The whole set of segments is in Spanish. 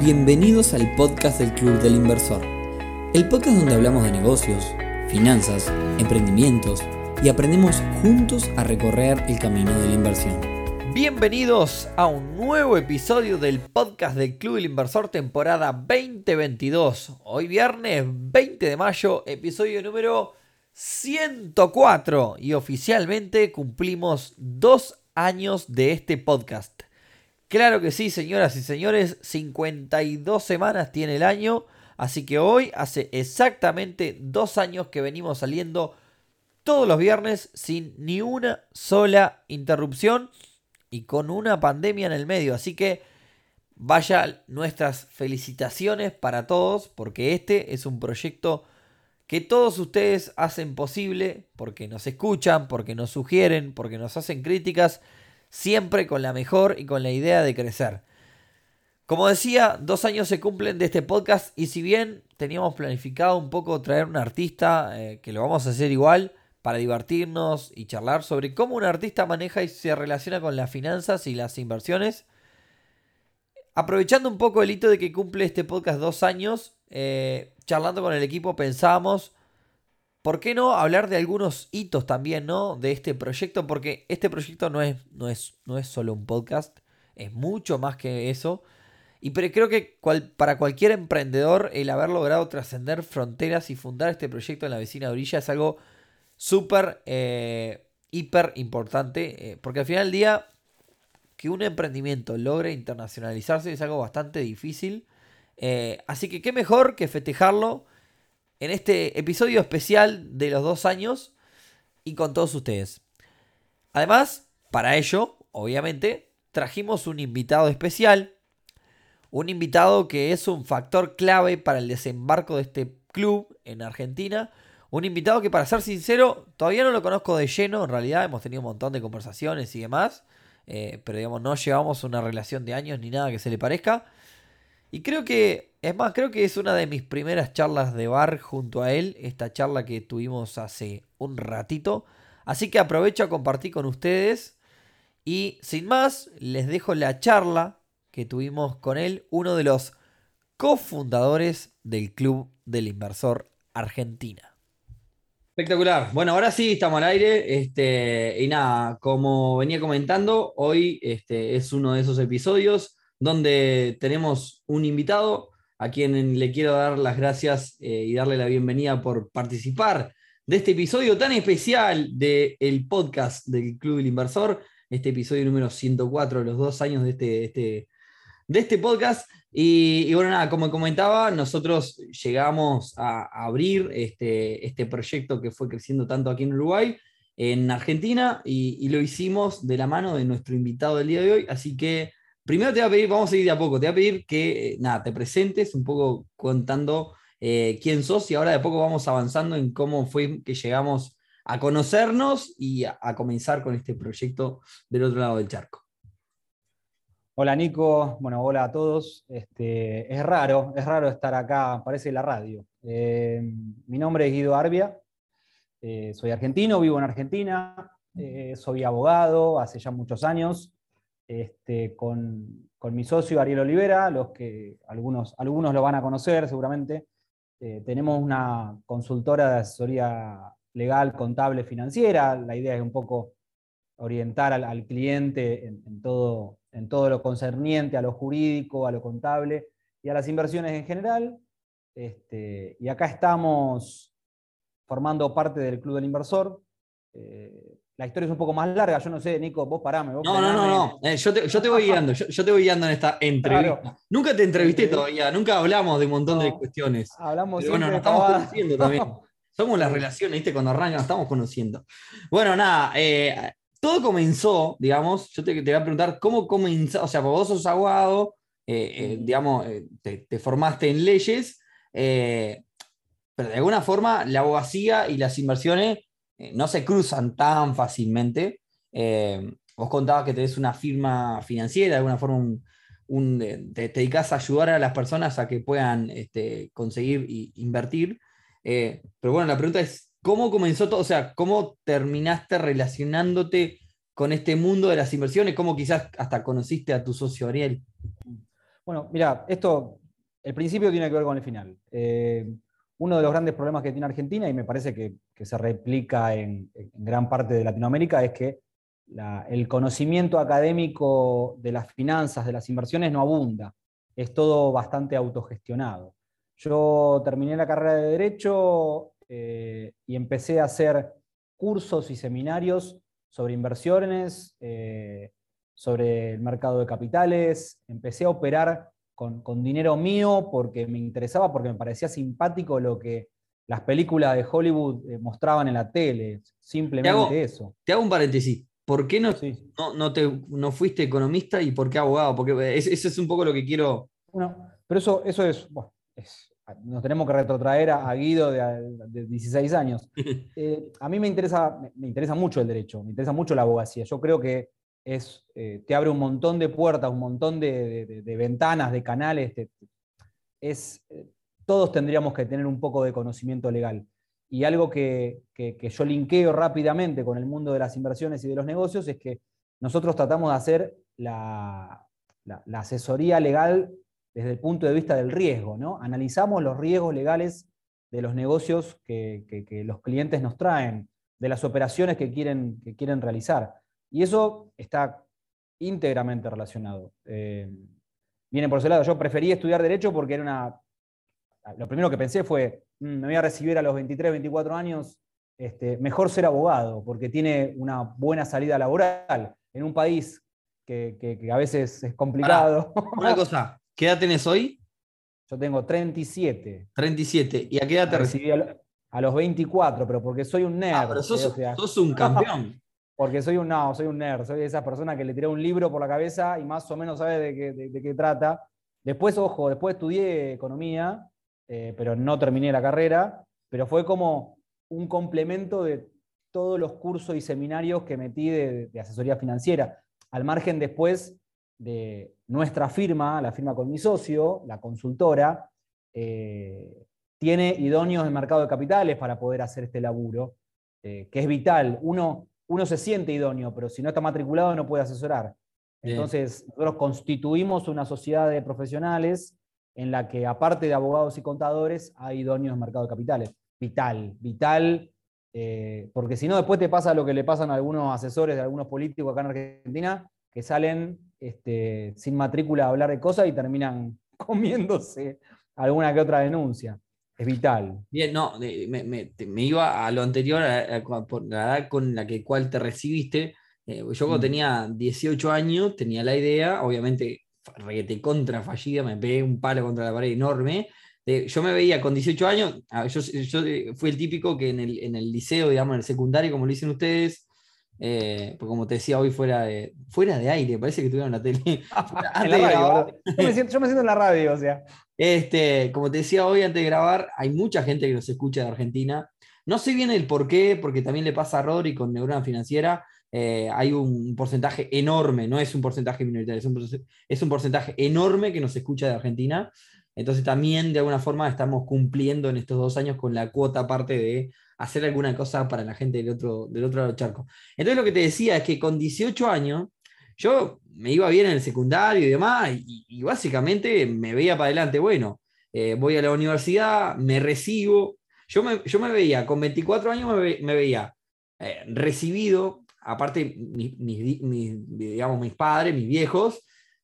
Bienvenidos al podcast del Club del Inversor, el podcast donde hablamos de negocios, finanzas, emprendimientos y aprendemos juntos a recorrer el camino de la inversión. Bienvenidos a un nuevo episodio del podcast del Club del Inversor temporada 2022. Hoy viernes 20 de mayo, episodio número 104 y oficialmente cumplimos 2 años de este podcast. Claro que sí, señoras y señores, 52 semanas tiene el año, así que hoy hace exactamente 2 años que venimos saliendo todos los viernes sin ni una sola interrupción y con una pandemia en el medio, así que vaya nuestras felicitaciones para todos, porque este es un proyecto que todos ustedes hacen posible, porque nos escuchan, porque nos sugieren, porque nos hacen críticas, siempre con la mejor y con la idea de crecer. Como decía, 2 años se cumplen de este podcast y si bien teníamos planificado un poco traer un artista, que lo vamos a hacer igual, para divertirnos y charlar sobre cómo un artista maneja y se relaciona con las finanzas y las inversiones, aprovechando un poco el hito de que cumple este podcast 2 años, charlando con el equipo pensábamos, ¿por qué no hablar de algunos hitos también, ¿no? De este proyecto? Porque este proyecto no es solo un podcast, es mucho más que eso. Pero creo que para cualquier emprendedor el haber logrado trascender fronteras y fundar este proyecto en la vecina orilla es algo súper, hiper importante. Porque al final del día, que un emprendimiento logre internacionalizarse es algo bastante difícil. Así que qué mejor que festejarlo en este episodio especial de los 2 años y con todos ustedes. Además, para ello, obviamente, trajimos un invitado especial. Un invitado que es un factor clave para el desembarco de este club en Argentina. Un invitado que, para ser sincero, todavía no lo conozco de lleno. En realidad hemos tenido un montón de conversaciones y demás. Pero digamos, no llevamos una relación de años ni nada que se le parezca. Y creo que es una de mis primeras charlas de bar junto a él. Esta charla que tuvimos hace un ratito. Así que aprovecho a compartir con ustedes. Y sin más, les dejo la charla que tuvimos con él, uno de los cofundadores del Club del Inversor Argentina. Espectacular. Bueno, ahora sí estamos al aire. Y nada, como venía comentando, hoy es uno de esos episodios donde tenemos un invitado a quien le quiero dar las gracias y darle la bienvenida por participar de este episodio tan especial del podcast del Club del Inversor, este episodio número 104, los 2 años de este podcast. Y bueno, nada, como comentaba, nosotros llegamos a abrir este proyecto que fue creciendo tanto aquí en Uruguay, en Argentina, y lo hicimos de la mano de nuestro invitado del día de hoy. Así que primero te voy a pedir, vamos a ir de a poco, te voy a pedir que nada, te presentes un poco contando quién sos, y ahora de a poco vamos avanzando en cómo fue que llegamos a conocernos y a comenzar con este proyecto del otro lado del charco. Hola Nico, bueno, hola a todos. Es raro estar acá, parece la radio. Mi nombre es Guido Arbia, soy argentino, vivo en Argentina, soy abogado hace ya muchos años, con mi socio Ariel Olivera, los que algunos lo van a conocer seguramente. Tenemos una consultora de asesoría legal, contable, financiera. La idea es un poco orientar al cliente en todo lo concerniente a lo jurídico, a lo contable y a las inversiones en general. Y acá estamos formando parte del Club del Inversor. La historia es un poco más larga, yo no sé, Nico, vos parame. Vos No. Yo te voy guiando, yo te voy guiando en esta entrevista. Claro. Nunca te entrevisté todavía, nunca hablamos de un montón de cuestiones. Hablamos pero bueno, nos estamos conociendo también. Somos las relaciones, ¿viste? Cuando arrancan, nos estamos conociendo. Bueno, nada, todo comenzó, digamos, yo te voy a preguntar cómo comenzó, o sea, vos sos abogado, digamos, te formaste en leyes, pero de alguna forma la abogacía y las inversiones no se cruzan tan fácilmente. Vos contabas que tenés una firma financiera, de alguna forma te dedicás a ayudar a las personas a que puedan conseguir e invertir. Pero bueno, la pregunta es, ¿cómo comenzó todo? O sea, ¿cómo terminaste relacionándote con este mundo de las inversiones? ¿Cómo quizás hasta conociste a tu socio Ariel? Bueno, mira, el principio tiene que ver con el final. Uno de los grandes problemas que tiene Argentina, y me parece que se replica en gran parte de Latinoamérica, es que el conocimiento académico de las finanzas, de las inversiones, no abunda. Es todo bastante autogestionado. Yo terminé la carrera de Derecho y empecé a hacer cursos y seminarios sobre inversiones, sobre el mercado de capitales. Empecé a operar con dinero mío porque me interesaba, porque me parecía simpático lo que las películas de Hollywood mostraban en la tele. Te Simplemente hago, eso. te hago un paréntesis. ¿Por qué Sí. no fuiste economista y por qué abogado? Porque eso es un poco lo que quiero. Bueno, pero eso es, bueno, nos tenemos que retrotraer a Guido de 16 años. A mí me interesa mucho el derecho, me interesa mucho la abogacía. Yo creo que te abre un montón de puertas, un montón de ventanas, de canales. Es, eh, Todos tendríamos que tener un poco de conocimiento legal. Y algo que yo linkeo rápidamente con el mundo de las inversiones y de los negocios es que nosotros tratamos de hacer la asesoría legal desde el punto de vista del riesgo, ¿no? Analizamos los riesgos legales de los negocios que los clientes nos traen, de las operaciones que quieren realizar. Y eso está íntegramente relacionado. Viene por ese lado. Yo preferí estudiar Derecho porque lo primero que pensé fue, me voy a recibir a los 23, 24 años, mejor ser abogado, porque tiene una buena salida laboral en un país que a veces es Pará, complicado. una cosa. ¿Qué edad tenés hoy? Yo tengo 37. 37. ¿Y a qué edad Me te recibí recibiste? a los 24, pero porque soy un Ah, pero nerd, o sea, sos un campeón. porque no, soy un nerd, soy de esas personas que le tiré un libro por la cabeza y más o menos sabe de qué trata. Después, ojo, después estudié economía, pero no terminé la carrera, pero fue como un complemento de todos los cursos y seminarios que metí de asesoría financiera. Al margen después de nuestra firma, la firma con mi socio, la consultora, tiene idóneos en mercado de capitales para poder hacer este laburo, que es vital. Uno se siente idóneo, pero si no está matriculado no puede asesorar. Bien. Entonces, nosotros constituimos una sociedad de profesionales en la que, aparte de abogados y contadores, hay idóneos en mercado de capitales. Vital, vital, porque si no, después te pasa lo que le pasan a algunos asesores de algunos políticos acá en Argentina, que salen sin matrícula a hablar de cosas y terminan comiéndose alguna que otra denuncia. Es vital. Bien, no, me iba a lo anterior, por la edad con la cual te recibiste. Yo cuando Mm. tenía 18 años tenía la idea, obviamente, reguete contra fallida, me pegué un palo contra la pared enorme. Yo me veía con 18 años, yo fui el típico que en el liceo, digamos, en el secundario, como lo dicen ustedes, pues como te decía hoy fuera de aire, parece que estuvieron en la tele. En Antes la de radio, grabar, boludo. Yo me siento en la radio, o sea. como te decía hoy antes de grabar, hay mucha gente que nos escucha de Argentina. No sé bien el por qué, porque también le pasa a Rodri con Neurona Financiera. Hay un porcentaje enorme, no es un porcentaje minoritario, es un porcentaje enorme que nos escucha de Argentina. Entonces también de alguna forma estamos cumpliendo en estos 2 años con la cuota aparte de hacer alguna cosa para la gente del otro lado del charco. Entonces lo que te decía es que con 18 años yo me iba bien en el secundario y demás, y básicamente me veía para adelante, bueno, voy a la universidad, me recibo, yo me veía, con 24 años me veía recibido, aparte digamos, mis padres, mis viejos,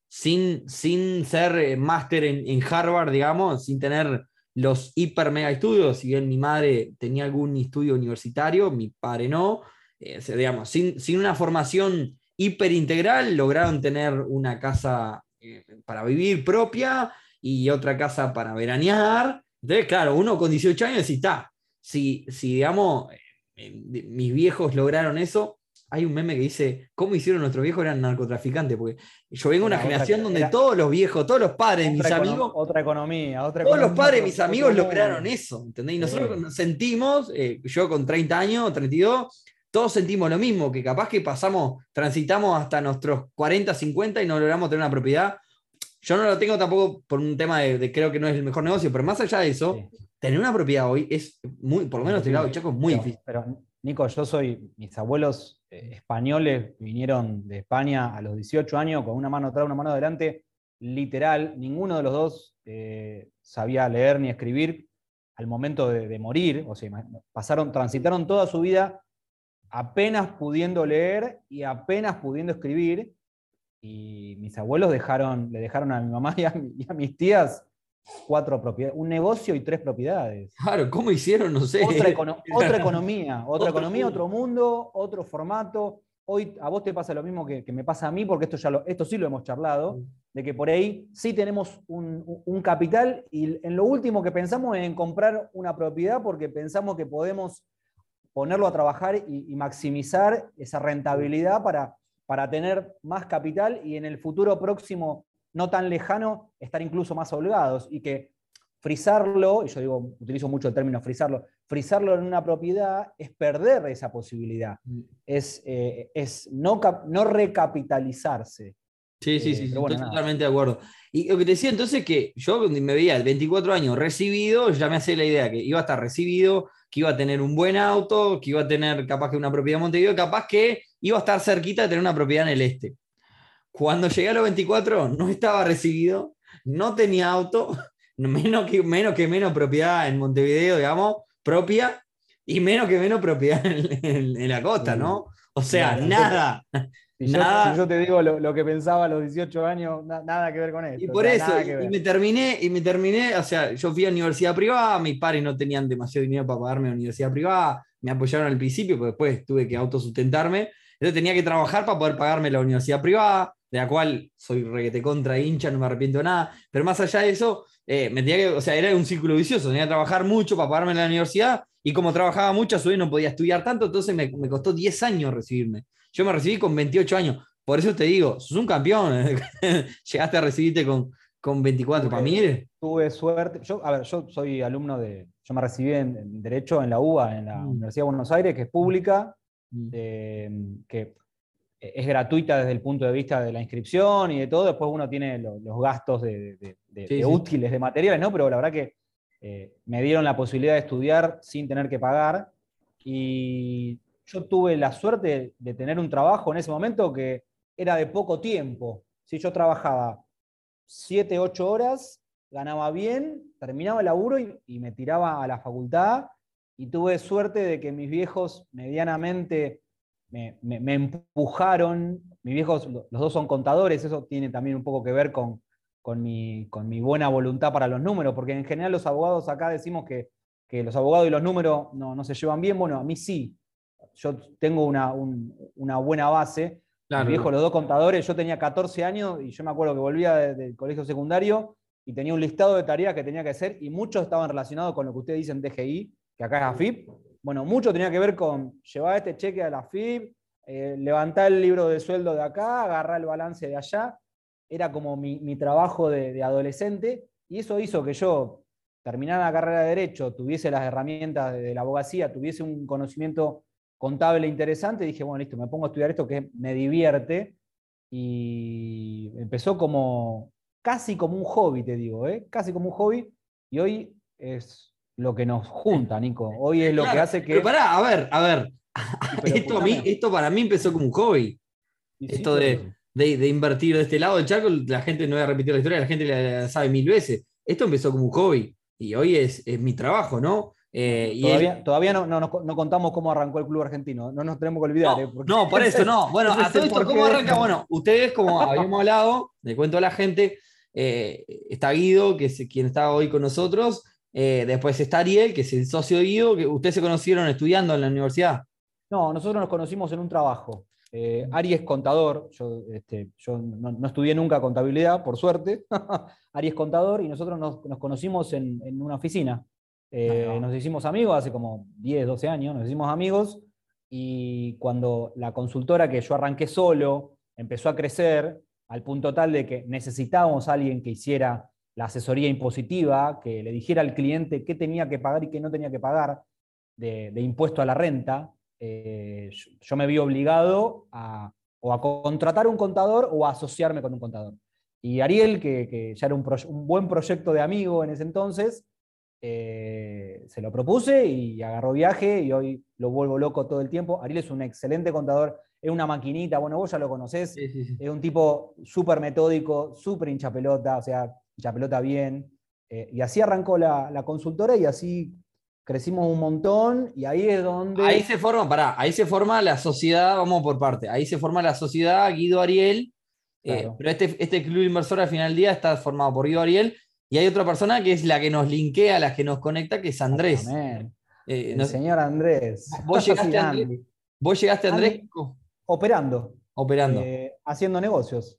sin ser máster en Harvard, digamos, sin tener los hiper mega estudios, si bien mi madre tenía algún estudio universitario, mi padre no, digamos, sin una formación hiperintegral, lograron tener una casa para vivir propia y otra casa para veranear. Entonces, claro, uno con 18 años decís, está, si digamos, mis viejos lograron eso, hay un meme que dice, ¿cómo hicieron nuestros viejos? Eran narcotraficantes, porque yo vengo de una generación donde todos los viejos, todos los padres de mis amigos, Otra todos los economía, padres de mis amigos otro lograron mundo. eso, ¿entendés? Y nosotros Sí. nos sentimos, yo con 30 años, 32, todos sentimos lo mismo, que capaz que transitamos hasta nuestros 40, 50 y no logramos tener una propiedad. Yo no lo tengo tampoco por un tema de creo que no es el mejor negocio, pero más allá de eso, Sí. tener una propiedad hoy es muy, por lo Es menos este lado de difícil. Chaco es muy difícil. Pero, Nico, mis abuelos españoles vinieron de España a los 18 años con una mano atrás, una mano adelante, literal, ninguno de los dos sabía leer ni escribir al momento de morir, o sea, transitaron toda su vida apenas pudiendo leer y apenas pudiendo escribir, y mis abuelos le dejaron a mi mamá y a mis tías 4 propiedades, un negocio y 3 propiedades. Claro, ¿cómo hicieron? No sé. Otra economía, otro mundo, otro formato. Hoy a vos te pasa lo mismo que me pasa a mí, porque esto sí lo hemos charlado, de que por ahí sí tenemos un capital y en lo último que pensamos es en comprar una propiedad porque pensamos que podemos ponerlo a trabajar y maximizar esa rentabilidad para tener más capital y en el futuro próximo, no tan lejano, estar incluso más holgados. Y que frizarlo, y yo digo, utilizo mucho el término frizarlo en una propiedad es perder esa posibilidad, es no recapitalizarse. Sí, pero bueno, estoy nada. totalmente de acuerdo. Y lo que te decía entonces que yo me veía de 24 años recibido, ya me hacía la idea que iba a estar recibido, que iba a tener un buen auto, que iba a tener capaz que una propiedad en Montevideo, capaz que iba a estar cerquita de tener una propiedad en el este. Cuando llegué a los 24 no estaba recibido, no tenía auto, menos propiedad en Montevideo, digamos, propia, y menos propiedad en la costa, ¿no? O sea, nada. Si Nada. yo te digo lo que pensaba a los 18 años, nada que ver con esto. Y por eso, y me terminé, o sea, yo fui a universidad privada, mis padres no tenían demasiado dinero para pagarme a universidad privada, me apoyaron al principio, pero después tuve que autosustentarme, entonces tenía que trabajar para poder pagarme la universidad privada, de la cual soy reguete contra hincha, no me arrepiento de nada, pero más allá de eso, me tenía que, o sea, era un círculo vicioso, tenía que trabajar mucho para pagarme la universidad, y como trabajaba mucho, a su vez no podía estudiar tanto, entonces me costó 10 años recibirme. Yo me recibí con 28 años. Por eso te digo, sos un campeón. Llegaste a recibirte con 24. Para mí tuve suerte. Yo soy alumno yo me recibí en Derecho en la UBA, en la Universidad de Buenos Aires, que es pública, que es gratuita desde el punto de vista de la inscripción y de todo. Después uno tiene los gastos de útiles, de materiales, ¿no? Pero la verdad que me dieron la posibilidad de estudiar sin tener que pagar. Y yo tuve la suerte de tener un trabajo en ese momento que era de poco tiempo. Si yo trabajaba 7, 8 horas, ganaba bien, terminaba el laburo y me tiraba a la facultad. Y tuve suerte de que mis viejos medianamente me empujaron. Mis viejos, los dos son contadores, eso tiene también un poco que ver con mi buena voluntad para los números, porque en general los abogados acá decimos que los abogados y los números no se llevan bien. Bueno, a mí sí. Yo tengo una buena base. claro, Mis viejos, los dos contadores, yo tenía 14 años y yo me acuerdo que volvía del colegio secundario y tenía un listado de tareas que tenía que hacer y muchos estaban relacionados con lo que ustedes dicen DGI, que acá es AFIP. Bueno, mucho tenía que ver con llevar este cheque a la AFIP, levantar el libro de sueldo de acá, agarrar el balance de allá. Era como mi trabajo de adolescente y eso hizo que yo terminara la carrera de Derecho, tuviese las herramientas de la abogacía, tuviese un conocimiento contable interesante, dije, bueno, listo, me pongo a estudiar esto que me divierte, y empezó casi como un hobby, te digo, casi como un hobby, y hoy es lo que nos junta, Nico. Hoy es lo que hace que... Pero pará, a ver. Esto para mí empezó como un hobby. Esto de invertir de este lado del charco, la gente no voy a repetir la historia, la gente la sabe 1000 veces. Esto empezó como un hobby y hoy es mi trabajo, ¿no? Todavía no contamos cómo arrancó el club argentino, no nos tenemos que olvidar. No, por eso no. Bueno, a todo esto, ¿cómo arranca? Bueno, ustedes, como habíamos hablado, le cuento a la gente, está Guido, que es quien está hoy con nosotros, después está Ariel, que es el socio de Guido, que ustedes se conocieron estudiando en la universidad. No, nosotros nos conocimos en un trabajo. Ari es contador, yo no estudié nunca contabilidad, por suerte. Ari es contador y nosotros nos conocimos en una oficina. Nos hicimos amigos hace como 10, 12 años, nos hicimos amigos, y cuando la consultora que yo arranqué solo empezó a crecer al punto tal de que necesitábamos a alguien que hiciera la asesoría impositiva, que le dijera al cliente qué tenía que pagar y qué no tenía que pagar de impuesto a la renta, yo me vi obligado o a contratar un contador o a asociarme con un contador. Y Ariel, que ya era un buen proyecto de amigo en ese entonces, se lo propuse y agarró viaje y hoy lo vuelvo loco todo el tiempo. Ariel es un excelente contador, es una maquinita, bueno, vos ya lo conocés, Sí, sí, sí. es un tipo súper metódico, súper hinchapelota, o sea, hinchapelota bien. Y así arrancó la consultora y así crecimos un montón y ahí es Ahí donde, se forma, pará, ahí se forma la sociedad, vamos por parte, ahí se forma la sociedad Guido Ariel, claro, pero este club inversor al final del día está formado por Guido Ariel y hay otra persona que es la que nos linkea, la que nos conecta, que es Andrés. exactamente, Eh, el no- señor Andrés, ¿Vos sí, llegaste, Andrés? Andy. ¿Vos llegaste, Andrés? Andy operando, Operando. haciendo negocios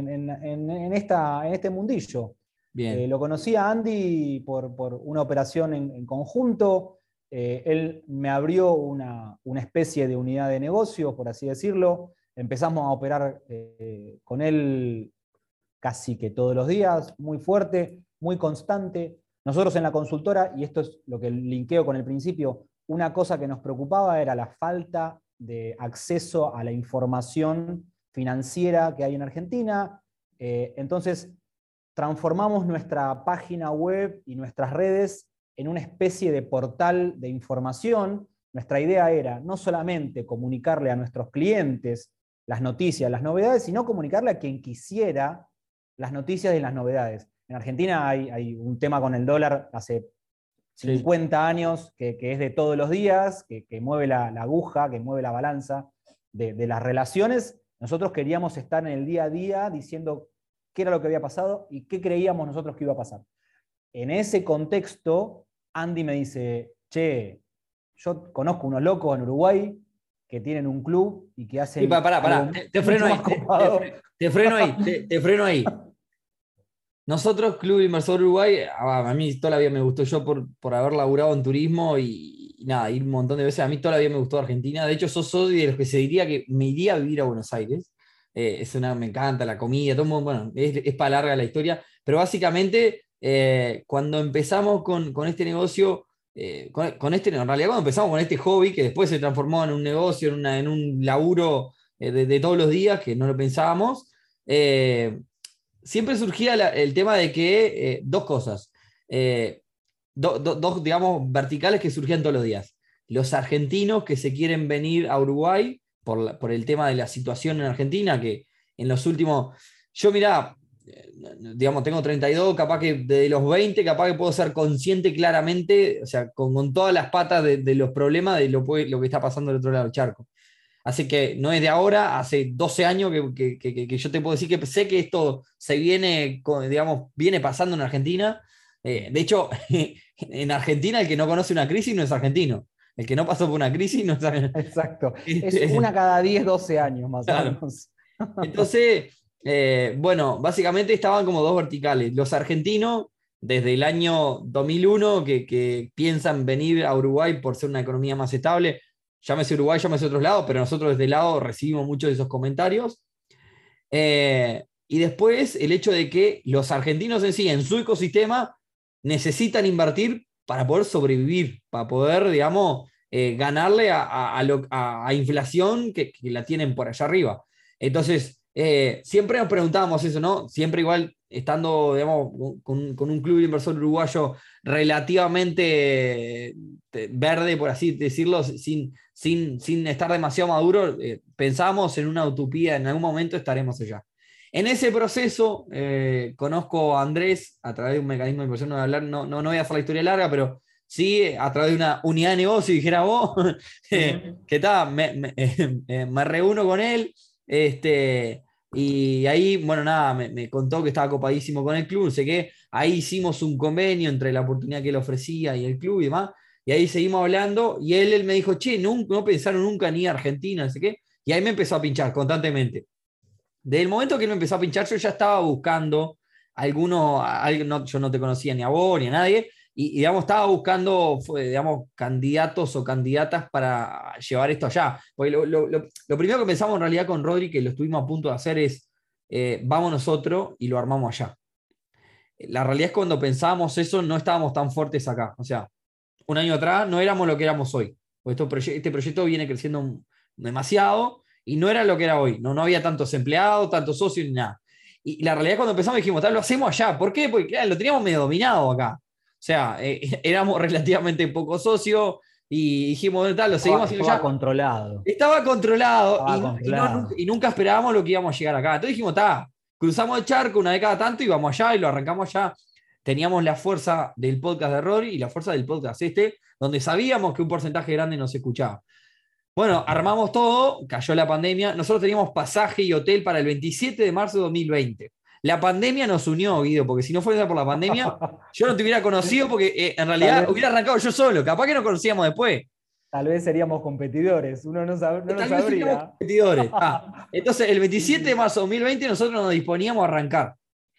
en este mundillo. Bien. Lo conocí a Andy por una operación en conjunto. Él me abrió una especie de unidad de negocio, por así decirlo. Empezamos a operar con él casi que todos los días, muy fuerte, muy constante. Nosotros en la consultora, y esto es lo que linkeo con el principio, una cosa que nos preocupaba era la falta de acceso a la información financiera que hay en Argentina. Entonces, transformamos nuestra página web y nuestras redes en una especie de portal de información. Nuestra idea era no solamente comunicarle a nuestros clientes las noticias, las novedades, sino comunicarle a quien quisiera las noticias y las novedades. En Argentina hay un tema con el dólar hace Sí. 50 años que es de todos los días, que mueve la aguja, que mueve la balanza de las relaciones. Nosotros queríamos estar en el día a día diciendo qué era lo que había pasado y qué creíamos nosotros que iba a pasar. En ese contexto, Andy me dice, che, yo conozco unos locos en Uruguay que tienen un club y que Sí, hacen pará, algo te freno mucho ahí, más copado. te freno ahí, te freno ahí. Nosotros, Club Inversor Uruguay, a mí toda la vida me gustó yo por haber laburado en turismo y nada, ir un montón de veces. A mí toda la vida me gustó Argentina. De hecho, soy de los que se diría que me iría a vivir a Buenos Aires. Me encanta la comida, todo el mundo, bueno, es para larga la historia. Pero básicamente, cuando empezamos con este negocio, en realidad cuando empezamos con este hobby, que después se transformó en un negocio, en un laburo de todos los días, que no lo pensábamos, siempre surgía el tema de que dos cosas, eh, dos, digamos, verticales que surgían todos los días. Los argentinos que se quieren venir a Uruguay por el tema de la situación en Argentina, que en los últimos, yo mirá, digamos, tengo 32, capaz que de los 20, capaz que puedo ser consciente claramente, o sea, con todas las patas de los problemas de lo que está pasando del otro lado del charco. Así que no es de ahora, hace 12 años que yo te puedo decir que sé que esto se viene, digamos, viene pasando en Argentina. De hecho, en Argentina el que no conoce una crisis no es argentino. El que no pasó por una crisis no es argentino. Exacto. Es Este, una cada 10, 12 años más o claro. menos. Entonces, bueno, básicamente estaban como dos verticales. Los argentinos, desde el año 2001, que piensan venir a Uruguay por ser una economía más estable, llámese Uruguay, llámese otros lados, pero nosotros desde el lado recibimos muchos de esos comentarios. Y después el hecho de que los argentinos en sí, en su ecosistema, necesitan invertir para poder sobrevivir, para poder, digamos, ganarle a inflación que la tienen por allá arriba. Entonces, siempre nos preguntábamos eso, ¿no? Siempre igual estando, digamos, con un club inversor uruguayo relativamente verde, por así decirlo, sin estar demasiado maduro, pensábamos en una utopía, en algún momento estaremos allá. En ese proceso, conozco a Andrés a través de un mecanismo de inversión, no voy a hablar, no voy a hacer la historia larga, pero sí a través de una unidad de negocio, dijera vos, que tal, me reúno con él, y ahí, bueno, nada, me contó que estaba copadísimo con el club, no sé qué, ahí hicimos un convenio entre la oportunidad que él ofrecía y el club y demás, y ahí seguimos hablando, y él me dijo, che, no pensaron nunca ni Argentina, no sé qué, y ahí me empezó a pinchar constantemente. Desde el momento que él me empezó a pinchar, yo ya estaba buscando yo no te conocía ni a vos ni a nadie, y digamos, estaba buscando, digamos, candidatos o candidatas para llevar esto allá. Porque lo primero que pensamos en realidad con Rodri, que lo estuvimos a punto de hacer, es vamos nosotros y lo armamos allá. La realidad es que cuando pensábamos eso, no estábamos tan fuertes acá. O sea, un año atrás no éramos lo que éramos hoy. Este proyecto viene creciendo demasiado y no era lo que era hoy. No había tantos empleados, tantos socios ni nada. Y la realidad es cuando empezamos dijimos, lo hacemos allá. ¿Por qué? Porque lo teníamos medio dominado acá. O sea, éramos relativamente pocos socios, y dijimos, bueno, tal, lo seguimos haciendo Estaba ya. controlado. Estaba controlado, Estaba y controlado. y nunca esperábamos lo que íbamos a llegar acá. Entonces dijimos, está, cruzamos el charco una vez cada tanto y vamos allá y lo arrancamos allá. Teníamos la fuerza del podcast de Rory y la fuerza del podcast donde sabíamos que un porcentaje grande nos escuchaba. Bueno, armamos todo, cayó la pandemia. Nosotros teníamos pasaje y hotel para el 27 de marzo de 2020. La pandemia nos unió, Guido, porque si no fuera por la pandemia, yo no te hubiera conocido porque en Tal realidad vez, hubiera arrancado yo solo. Capaz que nos conocíamos después. tal vez seríamos competidores, uno no lo Tal vez seríamos sabría. competidores. Entonces, el Sí, 27 de sí. marzo de 2020 nosotros nos disponíamos a arrancar.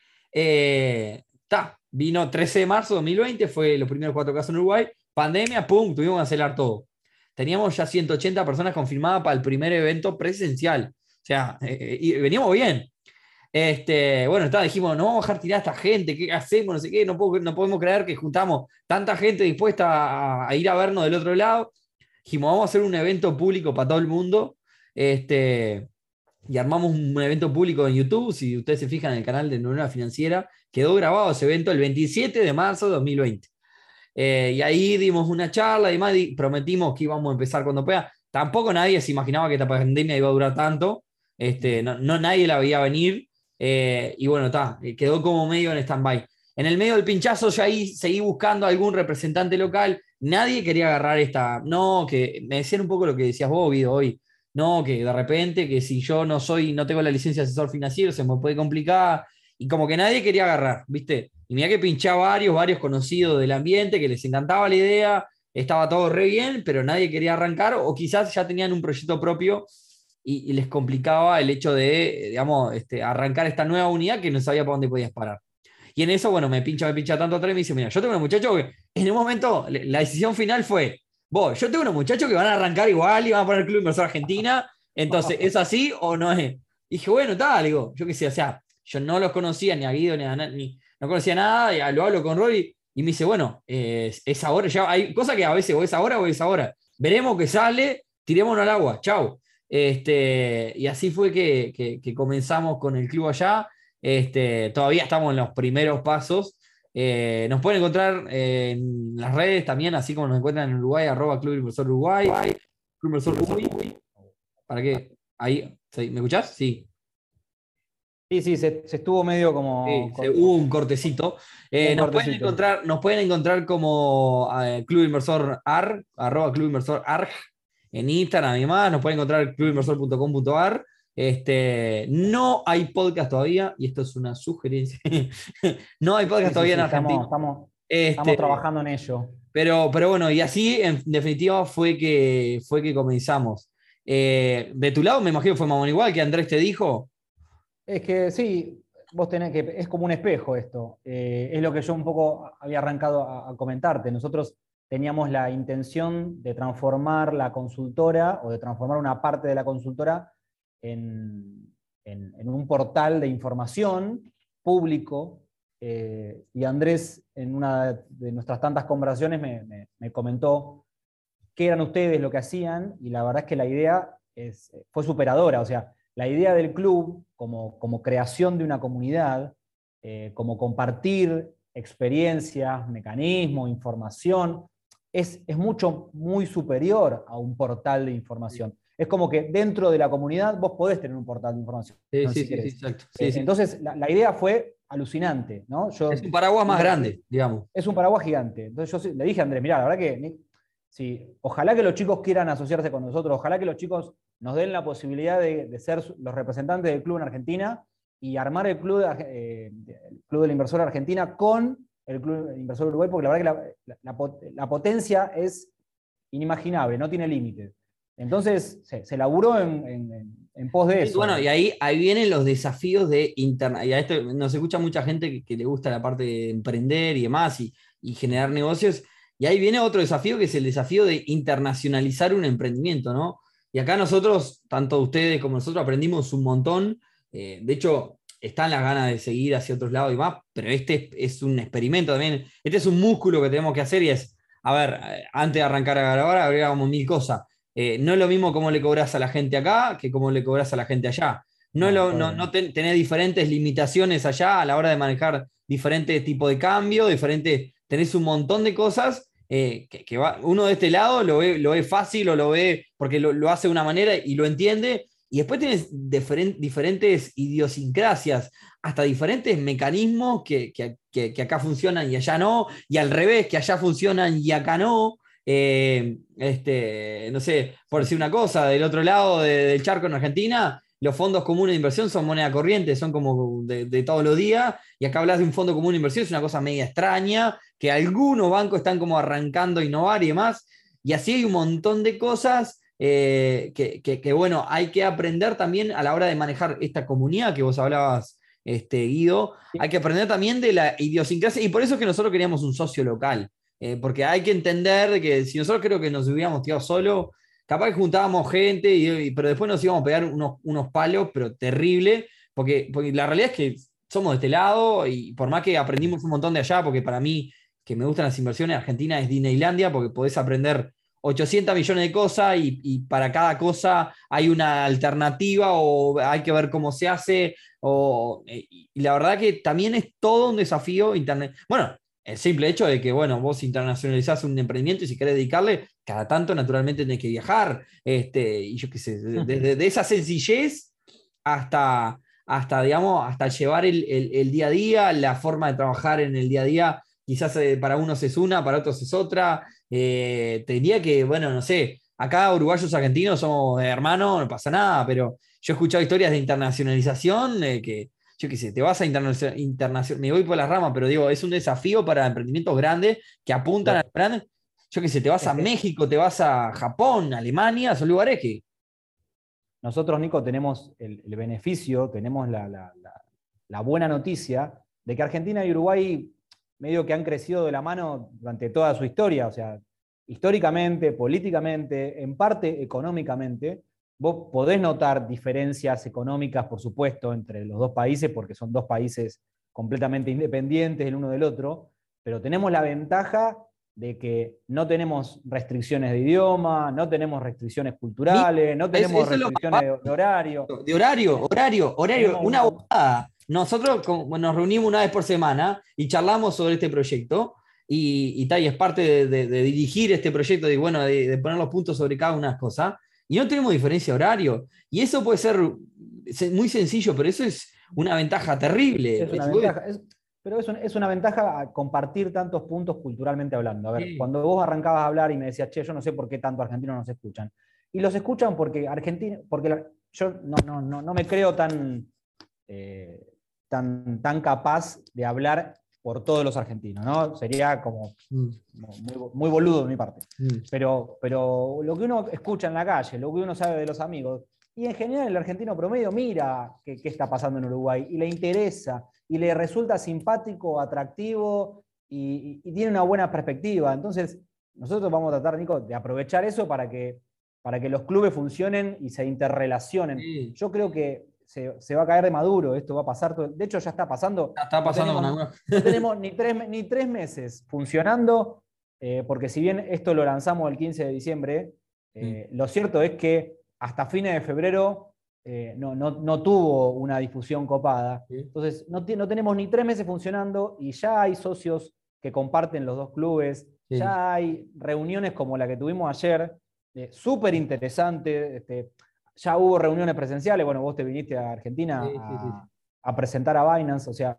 Vino 13 de marzo de 2020, fue los primeros 4 casos en Uruguay. Pandemia, pum, tuvimos que acelerar todo. Teníamos ya 180 personas confirmadas para el primer evento presencial. O sea, y veníamos bien. Bueno, dijimos, no vamos a dejar tirar a esta gente, ¿qué hacemos? No sé qué, no podemos creer que juntamos tanta gente dispuesta a ir a vernos del otro lado. Dijimos, vamos a hacer un evento público para todo el mundo. Y armamos un evento público en YouTube. Si ustedes se fijan en el canal de Neurona Financiera, quedó grabado ese evento el 27 de marzo de 2020. Y ahí dimos una charla y demás, prometimos que íbamos a empezar cuando pueda. Tampoco nadie se imaginaba que esta pandemia iba a durar tanto. No nadie la veía venir. Y bueno, quedó como medio en stand-by. En el medio del pinchazo, yo ahí seguí buscando algún representante local. Nadie quería agarrar esta. No, que me decían un poco lo que decías vos, Guido, hoy. No, que de repente, que si yo no tengo la licencia de asesor financiero, se me puede complicar. Y como que nadie quería agarrar, ¿viste? Y mira que pinchaba varios conocidos del ambiente, que les encantaba la idea, estaba todo re bien, pero nadie quería arrancar, o quizás ya tenían un proyecto propio y les complicaba el hecho de, digamos, arrancar esta nueva unidad que no sabía para dónde podías parar. Y en eso, bueno, me pincha tanto atrás y me dice, mira, yo tengo unos muchachos que en un momento la decisión final fue, yo tengo unos muchachos que van a arrancar igual y van a poner el Club Inversor Argentina, entonces, ¿es así o no es? Y dije, bueno, digo, yo qué sé, o sea, yo no los conocía ni a Guido ni no conocía nada, y lo hablo con Rory y me dice, bueno, es ahora, ya hay cosas que a veces o es ahora o es ahora. Veremos qué sale, tirémonos al agua, chau. Y así fue que comenzamos con el club allá. Todavía estamos en los primeros pasos. Nos pueden encontrar en las redes también, así como nos encuentran en Uruguay, @Club Inversor Uruguay, Club Inversor Uruguay. ¿Para qué? Ahí, ¿me escuchás? Sí. Sí, se estuvo medio como Hubo un cortecito. un cortecito. Nos pueden encontrar como Club Inversor ARG, @Club Inversor ARG, en Instagram y demás. Nos pueden encontrar clubinversor.com.ar. No hay podcast todavía, y esto es una sugerencia. No hay podcast todavía en Argentina. Estamos trabajando en ello. Pero bueno, y así en definitiva fue que comenzamos. De tu lado, me imagino que fue Mamón igual, que Andrés te dijo. Es que sí, vos tenés que, es como un espejo esto. Es lo que yo un poco había arrancado a comentarte. Nosotros teníamos la intención de transformar la consultora o de transformar una parte de la consultora en un portal de información público. Y Andrés, en una de nuestras tantas conversaciones, me comentó qué eran ustedes, lo que hacían, y la verdad es que la idea fue superadora. O sea, la idea del club como creación de una comunidad, como compartir experiencias, mecanismos, información, es muy superior a un portal de información. Es como que dentro de la comunidad vos podés tener un portal de información. Sí, si querés. exacto. Sí. Entonces, la idea fue alucinante, ¿no? Es un paraguas más grande, digamos. Es un paraguas gigante. Entonces yo le dije a Andrés, mirá, la verdad que sí, ojalá que los chicos quieran asociarse con nosotros, ojalá que los chicos nos den la posibilidad de ser los representantes del club en Argentina y armar el club del Inversor Argentina con el Club Inversor Uruguay, porque la verdad que la potencia es inimaginable, no tiene límite. Entonces se laburó en pos de eso. Bueno, y ahí vienen los desafíos de internet. Y a esto nos escucha mucha gente que le gusta la parte de emprender y demás y generar negocios. Y ahí viene otro desafío, que es el desafío de internacionalizar un emprendimiento, ¿no? Y acá nosotros, tanto ustedes como nosotros, aprendimos un montón. De hecho, están las ganas de seguir hacia otros lados y más, pero este es un experimento también. Este es un músculo que tenemos que hacer y es, a ver, antes de arrancar a grabar, agregamos 1000 cosas. No es lo mismo cómo le cobras a la gente acá que cómo le cobras a la gente allá. Tenés diferentes limitaciones allá a la hora de manejar diferentes tipos de cambio, tenés un montón de cosas uno de este lado lo ve fácil o lo ve porque lo hace de una manera y lo entiende, y después tienes diferentes idiosincrasias, hasta diferentes mecanismos que acá funcionan y allá no, y al revés, que allá funcionan y acá no. No sé, por decir una cosa, del otro lado del charco en Argentina, los fondos comunes de inversión son moneda corriente, son como de todos los días, y acá hablas de un fondo común de inversión, es una cosa media extraña, que algunos bancos están como arrancando a innovar y demás, y así hay un montón de cosas bueno, hay que aprender también a la hora de manejar esta comunidad que vos hablabas, Guido, hay que aprender también de la idiosincrasia, y por eso es que nosotros queríamos un socio local, porque hay que entender que si nosotros creo que nos hubiéramos tirado solo, capaz que juntábamos gente, pero después nos íbamos a pegar unos palos, pero terrible, porque la realidad es que somos de este lado, y por más que aprendimos un montón de allá, porque para mí, que me gustan las inversiones, Argentina es Disneylandia, porque podés aprender 800 millones de cosas y para cada cosa hay una alternativa o hay que ver cómo se hace. Y la verdad que también es todo un desafío internet. Bueno, el simple hecho de que, bueno, vos internacionalizás un emprendimiento y si querés dedicarle, cada tanto naturalmente tenés que viajar. Y yo qué sé, de esa sencillez digamos, hasta llevar el día a día, la forma de trabajar en el día a día. Quizás para unos es una, para otros es otra. Te diría que, bueno, no sé, acá uruguayos argentinos somos hermanos, no pasa nada, pero yo he escuchado historias de internacionalización que, yo qué sé, te vas a me voy por las ramas, pero digo, es un desafío para emprendimientos grandes que apuntan a grandes. Yo qué sé, te vas a México, te vas a Japón, Alemania, son lugares que... Nosotros, Nico, tenemos el beneficio, tenemos la buena noticia de que Argentina y Uruguay medio que han crecido de la mano durante toda su historia, o sea, históricamente, políticamente, en parte económicamente. Vos podés notar diferencias económicas, por supuesto, entre los dos países, porque son dos países completamente independientes el uno del otro, pero tenemos la ventaja de que no tenemos restricciones de idioma, no tenemos restricciones culturales, no tenemos restricciones de horario. De horario, una bobada. Nosotros nos reunimos una vez por semana y charlamos sobre este proyecto y es parte de dirigir este proyecto, bueno, de poner los puntos sobre cada una de las cosas. Y no tenemos diferencia de horario. Y eso puede ser muy sencillo, pero eso es una ventaja terrible. Es una ventaja, pero es una ventaja compartir tantos puntos culturalmente hablando. A ver, sí. Cuando vos arrancabas a hablar y me decías, che, yo no sé por qué tanto argentinos nos escuchan. Y los escuchan porque yo no me creo tan capaz de hablar por todos los argentinos, ¿no? Sería como muy boludo de mi parte. Pero lo que uno escucha en la calle, lo que uno sabe de los amigos, y en general el argentino promedio mira qué está pasando en Uruguay y le interesa, y le resulta simpático, atractivo, y tiene una buena perspectiva. Entonces, nosotros vamos a tratar, Nico, de aprovechar eso para que los clubes funcionen y se interrelacionen. Sí. Yo creo que se va a caer de maduro, esto va a pasar. De hecho, ya está pasando. Está pasando con algunos. No tenemos ni tres meses funcionando, porque si bien esto lo lanzamos el 15 de diciembre, lo cierto es que hasta fines de febrero no tuvo una difusión copada. Entonces, no tenemos ni 3 meses funcionando y ya hay socios que comparten los dos clubes, ya hay reuniones como la que tuvimos ayer, súper interesante. Ya hubo reuniones presenciales, bueno, vos te viniste a Argentina a presentar a Binance, o sea,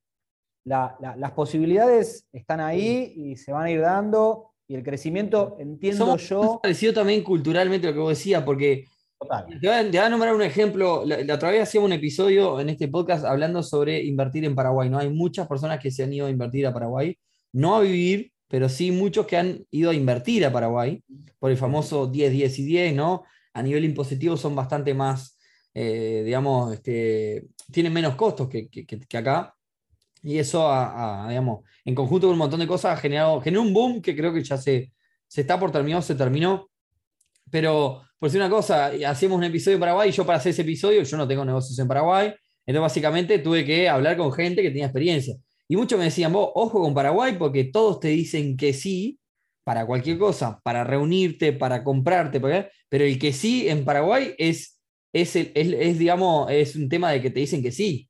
las posibilidades están ahí y se van a ir dando, y el crecimiento, entiendo yo... parecido también culturalmente lo que vos decías, porque te voy a nombrar un ejemplo. La otra vez hacíamos un episodio en este podcast hablando sobre invertir en Paraguay, ¿no? Hay muchas personas que se han ido a invertir a Paraguay, no a vivir, pero sí muchos que han ido a invertir a Paraguay, por el famoso 10, 10 y 10, ¿no? A nivel impositivo son bastante más, digamos, tienen menos costos que acá. Y eso, digamos, en conjunto con un montón de cosas, generó un boom que creo que ya se está por terminar, se terminó. Pero, por decir una cosa, hacíamos un episodio en Paraguay y yo para hacer ese episodio, yo no tengo negocios en Paraguay. Entonces, básicamente, tuve que hablar con gente que tenía experiencia. Y muchos me decían, vos, ojo con Paraguay, porque todos te dicen que sí, para cualquier cosa, para reunirte, para comprarte, pero el que sí en Paraguay es digamos, es un tema de que te dicen que sí.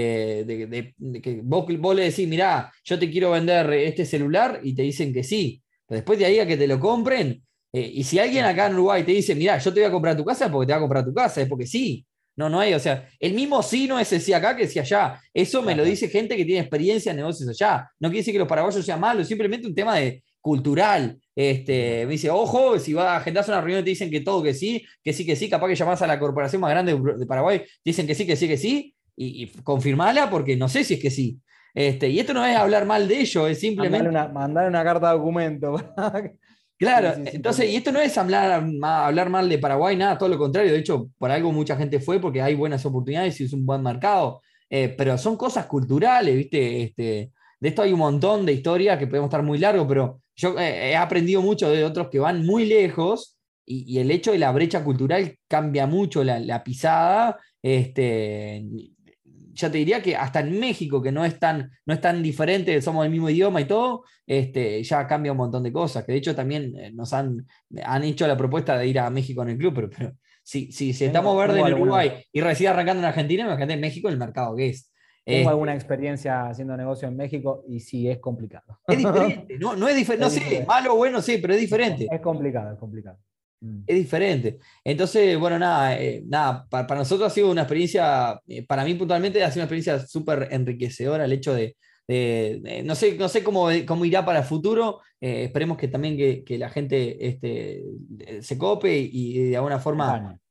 De que vos le decís, mirá, yo te quiero vender este celular y te dicen que sí. Pero después de ahí a que te lo compren, y si alguien acá en Uruguay te dice, mira, yo te voy a comprar tu casa, es porque te va a comprar tu casa, es porque sí. No hay, o sea, el mismo sí no es el sí acá que el sí allá. Eso me lo Claro. dice gente que tiene experiencia en negocios allá. No quiere decir que los paraguayos sean malos, simplemente un tema de cultural. Me dice, ojo, si vas a agendarse una reunión y te dicen que todo que sí, que sí, capaz que llamás a la corporación más grande de Paraguay, dicen que sí, que sí, que sí, y confirmala porque no sé si es que sí. Y esto no es hablar mal de ellos, es simplemente. Mandale una carta de documento. Sí, Claro, sí, sí. entonces, y esto no es hablar mal de Paraguay, nada, todo lo contrario. De hecho, por algo mucha gente fue porque hay buenas oportunidades y es un buen mercado. Pero son cosas culturales, ¿viste? De esto hay un montón de historias que podemos estar muy largos, pero yo he aprendido mucho de otros que van muy lejos y el hecho de la brecha cultural cambia mucho la pisada. Ya te diría que hasta en México, que no es tan diferente, somos del mismo idioma y todo, ya cambia un montón de cosas, que de hecho también nos han hecho la propuesta de ir a México en el club, pero si estamos verdes en Uruguay y recién arrancando en Argentina, imagínate en México el mercado que es. Tengo alguna Este, experiencia haciendo negocio en México y sí, es complicado. es diferente, no es diferente, no Es sé, diferente. malo o bueno, sí, pero es diferente. Es complicado, es complicado. Mm. Es diferente. Entonces, bueno, nada, para nosotros ha sido una experiencia, para mí puntualmente ha sido una experiencia súper enriquecedora el hecho no sé cómo irá para el futuro, esperemos que también que la gente se cope y de alguna forma, Acompaña.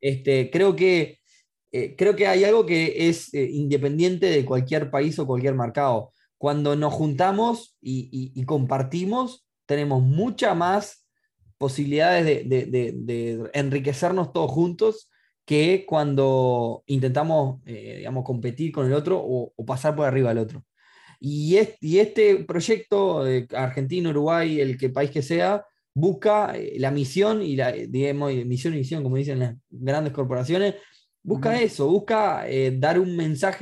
creo que hay algo que es independiente de cualquier país o cualquier mercado. Cuando nos juntamos y compartimos, tenemos mucha más posibilidades de enriquecernos todos juntos que cuando intentamos, digamos, competir con el otro o pasar por arriba del otro. Y este proyecto, Argentina, Uruguay, país que sea, busca la misión digamos, misión y visión, como dicen las grandes corporaciones, busca Ujú. eso, busca dar un mensaje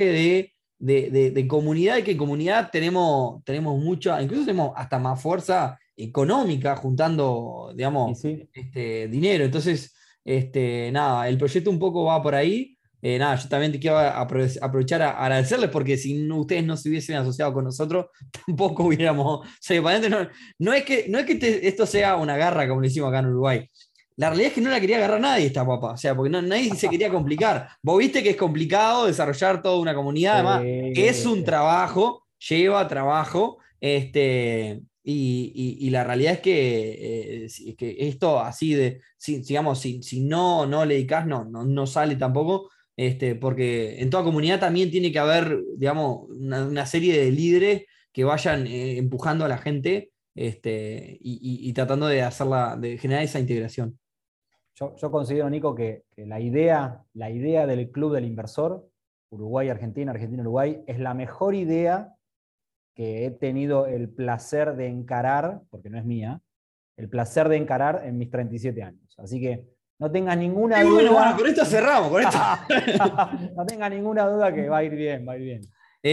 de comunidad y que en comunidad tenemos mucha, incluso tenemos hasta más fuerza económica juntando, Y digamos, sí, dinero. Entonces, nada, el proyecto un poco va por ahí. Nada, yo también te quiero aprovechar a agradecerles porque si ustedes no se hubiesen asociado con nosotros, tampoco hubiéramos salido para adelante. No es que esto sea una garra como le hicimos acá en Uruguay. La realidad es que no la quería agarrar nadie esta papa, o sea, porque nadie se quería complicar. Vos viste que es complicado desarrollar toda una comunidad, además es un trabajo, lleva trabajo, y la realidad es que esto así digamos, si no le dedicás, no sale tampoco, porque en toda comunidad también tiene que haber, digamos, una serie de líderes que vayan empujando a la gente, y tratando de generar esa integración. yo considero, Nico, que la idea del Club del Inversor, Uruguay-Argentina, Argentina-Uruguay, es la mejor idea que he tenido el placer de encarar, porque no es mía, el placer de encarar en mis 37 años. Así que no tengas ninguna Y bueno, duda. con esto cerramos, con esto. No tengas ninguna duda que va a ir bien, va a ir bien.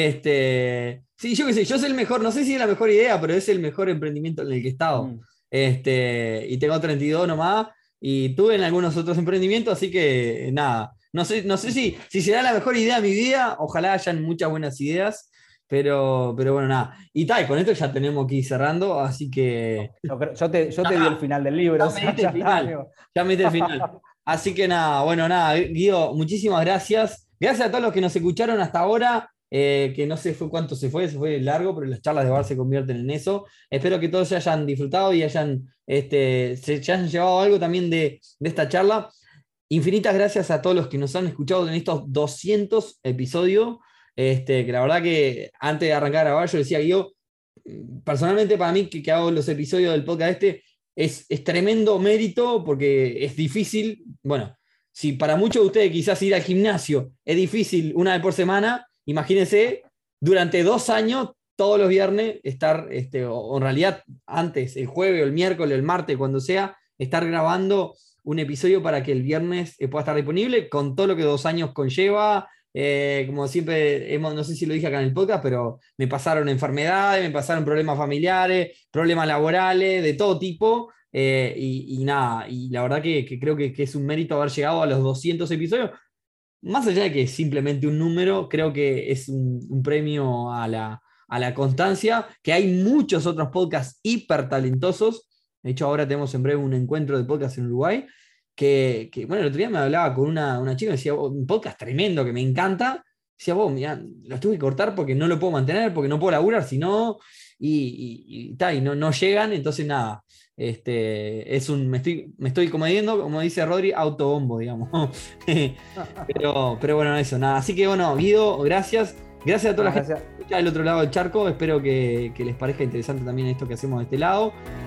Sí, yo qué sé, yo soy el mejor, no sé si es la mejor idea, pero es el mejor emprendimiento en el que he estado. Mm. Y tengo 32 nomás, y tuve en algunos otros emprendimientos, así que nada, no sé si será la mejor idea de mi vida, ojalá hayan muchas buenas ideas, pero bueno, nada. Y tal, con esto ya tenemos que ir cerrando, así que Yo te di el final del libro, ya o me sea, diste ya el está, final, amigo. ya me diste el final. Así que nada, bueno, nada, Guido, muchísimas gracias. Gracias a todos los que nos escucharon hasta ahora, que no sé fue cuánto se fue largo, pero las charlas de bar se convierten en eso. Espero que todos se hayan disfrutado y se hayan llevado algo también de esta charla. Infinitas gracias a todos los que nos han escuchado en estos 200 episodios, que la verdad que antes de arrancar a grabar yo decía, Guido, personalmente para mí que hago los episodios del podcast es tremendo mérito porque es difícil, bueno, si para muchos de ustedes quizás ir al gimnasio es difícil una vez por semana, imagínense durante 2 años, todos los viernes, estar, o en realidad antes, el jueves o el miércoles o el martes, cuando sea, estar grabando un episodio para que el viernes pueda estar disponible con todo lo que 2 años conlleva. Como siempre, no sé si lo dije acá en el podcast, pero me pasaron enfermedades, me pasaron problemas familiares, problemas laborales, de todo tipo. Y nada, y la verdad que creo que es un mérito haber llegado a los 200 episodios. Más allá de que es simplemente un número, creo que es un premio a la constancia, que hay muchos otros podcasts hiper talentosos De hecho, ahora tenemos en breve un encuentro de podcast en Uruguay, bueno, el otro día me hablaba con una chica y me decía, un podcast tremendo que me encanta. Decía, vos, mirá, lo tuve que cortar porque no lo puedo mantener, porque no puedo laburar, si no, y no llegan, entonces nada. Me estoy comediendo, como dice Rodri, autobombo, digamos. Pero bueno, eso, nada. Así que bueno, Guido, gracias. Gracias a toda la gente Gracias. que escucha del otro lado del charco. Espero que les parezca interesante también esto que hacemos de este lado.